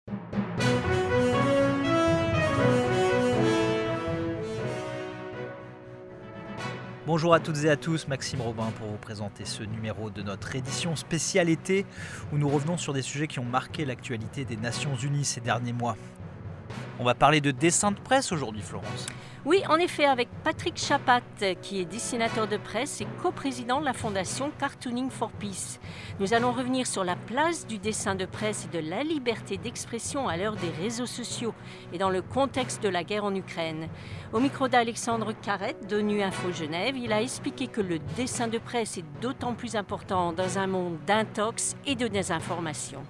Bonjour à toutes et à tous, Maxime Robin pour vous présenter ce numéro de notre édition spéciale été où nous revenons sur des sujets qui ont marqué l'actualité des Nations Unies ces derniers mois. On va parler de dessin de presse aujourd'hui, Florence. Oui, en effet, avec Patrick Chapat, qui est dessinateur de presse et coprésident de la fondation Cartooning for Peace. Nous allons revenir sur la place du dessin de presse et de la liberté d'expression à l'heure des réseaux sociaux et dans le contexte de la guerre en Ukraine. Au micro d'Alexandre Carrette de Nu Info Genève, il a expliqué que le dessin de presse est d'autant plus important dans un monde d'intox et de désinformation.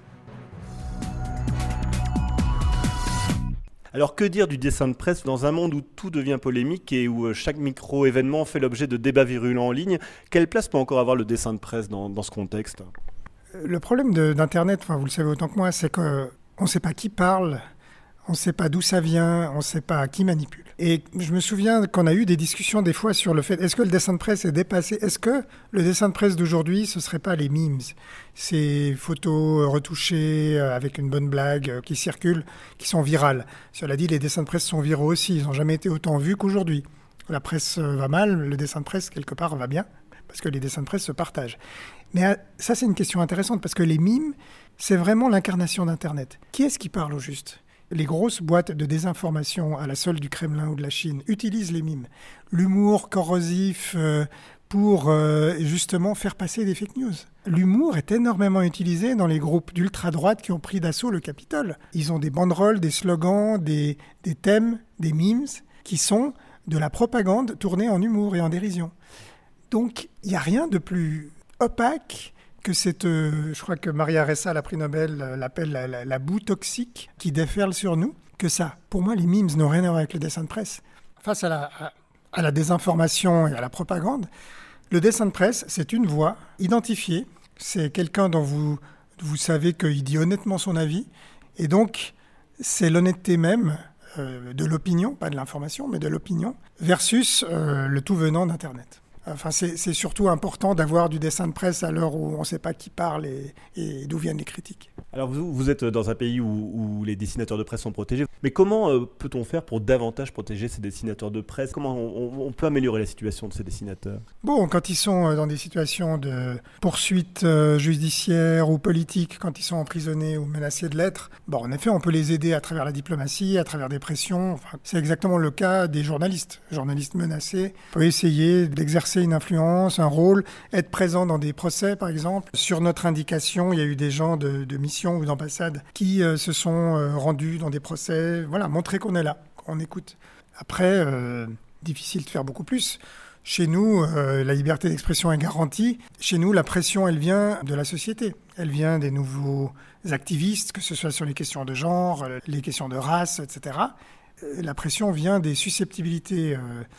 Alors que dire du dessin de presse dans un monde où tout devient polémique et où chaque micro-événement fait l'objet de débats virulents en ligne? Quelle place peut encore avoir le dessin de presse dans ce contexte? Le problème d'Internet, vous le savez autant que moi, c'est qu'on ne sait pas qui parle, on ne sait pas d'où ça vient, on ne sait pas qui manipule. Et je me souviens qu'on a eu des discussions des fois sur le fait, est-ce que le dessin de presse est dépassé? Est-ce que le dessin de presse d'aujourd'hui, ce ne serait pas les memes? Ces photos retouchées avec une bonne blague qui circulent, qui sont virales. Cela dit, les dessins de presse sont viraux aussi, ils n'ont jamais été autant vus qu'aujourd'hui. La presse va mal, le dessin de presse, quelque part, va bien, parce que les dessins de presse se partagent. Mais ça, c'est une question intéressante, parce que les mimes, c'est vraiment l'incarnation d'Internet. Qui est-ce qui parle au juste? Les grosses boîtes de désinformation à la solde du Kremlin ou de la Chine utilisent les mimes. L'humour corrosif pour justement faire passer des fake news. L'humour est énormément utilisé dans les groupes d'ultra-droite qui ont pris d'assaut le Capitole. Ils ont des banderoles, des slogans, des thèmes, des memes qui sont de la propagande tournée en humour et en dérision. Donc, il n'y a rien de plus opaque que cette, je crois que Maria Ressa, la prix Nobel, l'appelle la boue toxique qui déferle sur nous, que ça. Pour moi, les memes n'ont rien à voir avec le dessin de presse. Face à la désinformation et à la propagande, le dessin de presse, c'est une voix identifiée. C'est quelqu'un dont vous savez qu'il dit honnêtement son avis. Et donc, c'est l'honnêteté même de l'opinion, pas de l'information, mais de l'opinion, versus le tout venant d'Internet. Enfin, c'est surtout important d'avoir du dessin de presse à l'heure où on ne sait pas qui parle et d'où viennent les critiques. Alors vous êtes dans un pays où les dessinateurs de presse sont protégés, mais comment peut-on faire pour davantage protéger ces dessinateurs de presse? Comment on peut améliorer la situation de ces dessinateurs? Bon, quand ils sont dans des situations de poursuites judiciaires ou politiques, quand ils sont emprisonnés ou menacés de l'être, en effet, on peut les aider à travers la diplomatie, à travers des pressions. Enfin, c'est exactement le cas des journalistes. Journalistes menacés, on peut essayer d'exercer une influence, un rôle, être présent dans des procès, par exemple. Sur notre indication, il y a eu des gens de mission ou d'ambassade qui se sont rendus dans des procès. Voilà, montrer qu'on est là, qu'on écoute. Après, difficile de faire beaucoup plus. Chez nous, la liberté d'expression est garantie. Chez nous, la pression, elle vient de la société. Elle vient des nouveaux activistes, que ce soit sur les questions de genre, les questions de race, etc. La pression vient des susceptibilité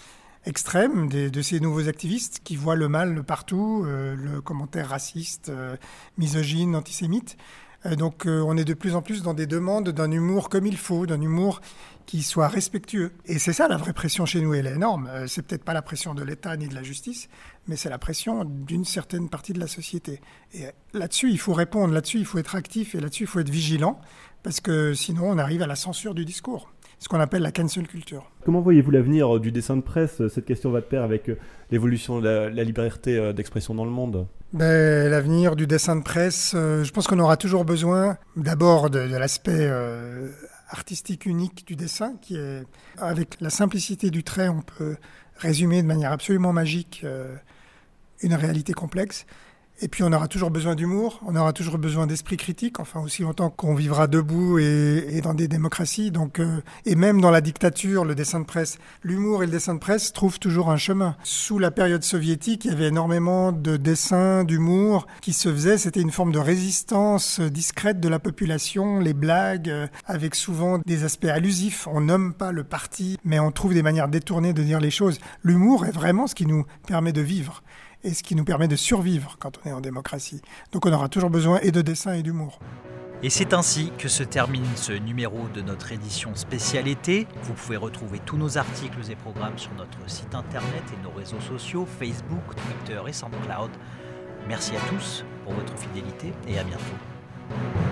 extrême de ces nouveaux activistes qui voient le mal partout, le commentaire raciste, misogyne, antisémite. Donc on est de plus en plus dans des demandes d'un humour comme il faut, d'un humour qui soit respectueux. Et c'est ça la vraie pression chez nous, elle est énorme. C'est peut-être pas la pression de l'État ni de la justice, mais c'est la pression d'une certaine partie de la société. Et là-dessus, il faut répondre, là-dessus, il faut être actif et là-dessus, il faut être vigilant, parce que sinon, on arrive à la censure du discours. Ce qu'on appelle la cancel culture. Comment voyez-vous l'avenir du dessin de presse? Cette question va de pair avec l'évolution de la liberté d'expression dans le monde. L'avenir du dessin de presse, je pense qu'on aura toujours besoin d'abord de l'aspect artistique unique du dessin, qui est, avec la simplicité du trait, on peut résumer de manière absolument magique une réalité complexe. Et puis on aura toujours besoin d'humour, on aura toujours besoin d'esprit critique, enfin aussi longtemps qu'on vivra debout et dans des démocraties. Donc, et même dans la dictature, le dessin de presse, l'humour et le dessin de presse trouvent toujours un chemin. Sous la période soviétique, il y avait énormément de dessins, d'humour qui se faisaient. C'était une forme de résistance discrète de la population, les blagues, avec souvent des aspects allusifs. On nomme pas le parti, mais on trouve des manières détournées de dire les choses. L'humour est vraiment ce qui nous permet de vivre. Et ce qui nous permet de survivre quand on est en démocratie. Donc on aura toujours besoin et de dessin et d'humour. Et c'est ainsi que se termine ce numéro de notre édition spéciale été. Vous pouvez retrouver tous nos articles et programmes sur notre site internet et nos réseaux sociaux, Facebook, Twitter et SoundCloud. Merci à tous pour votre fidélité et à bientôt.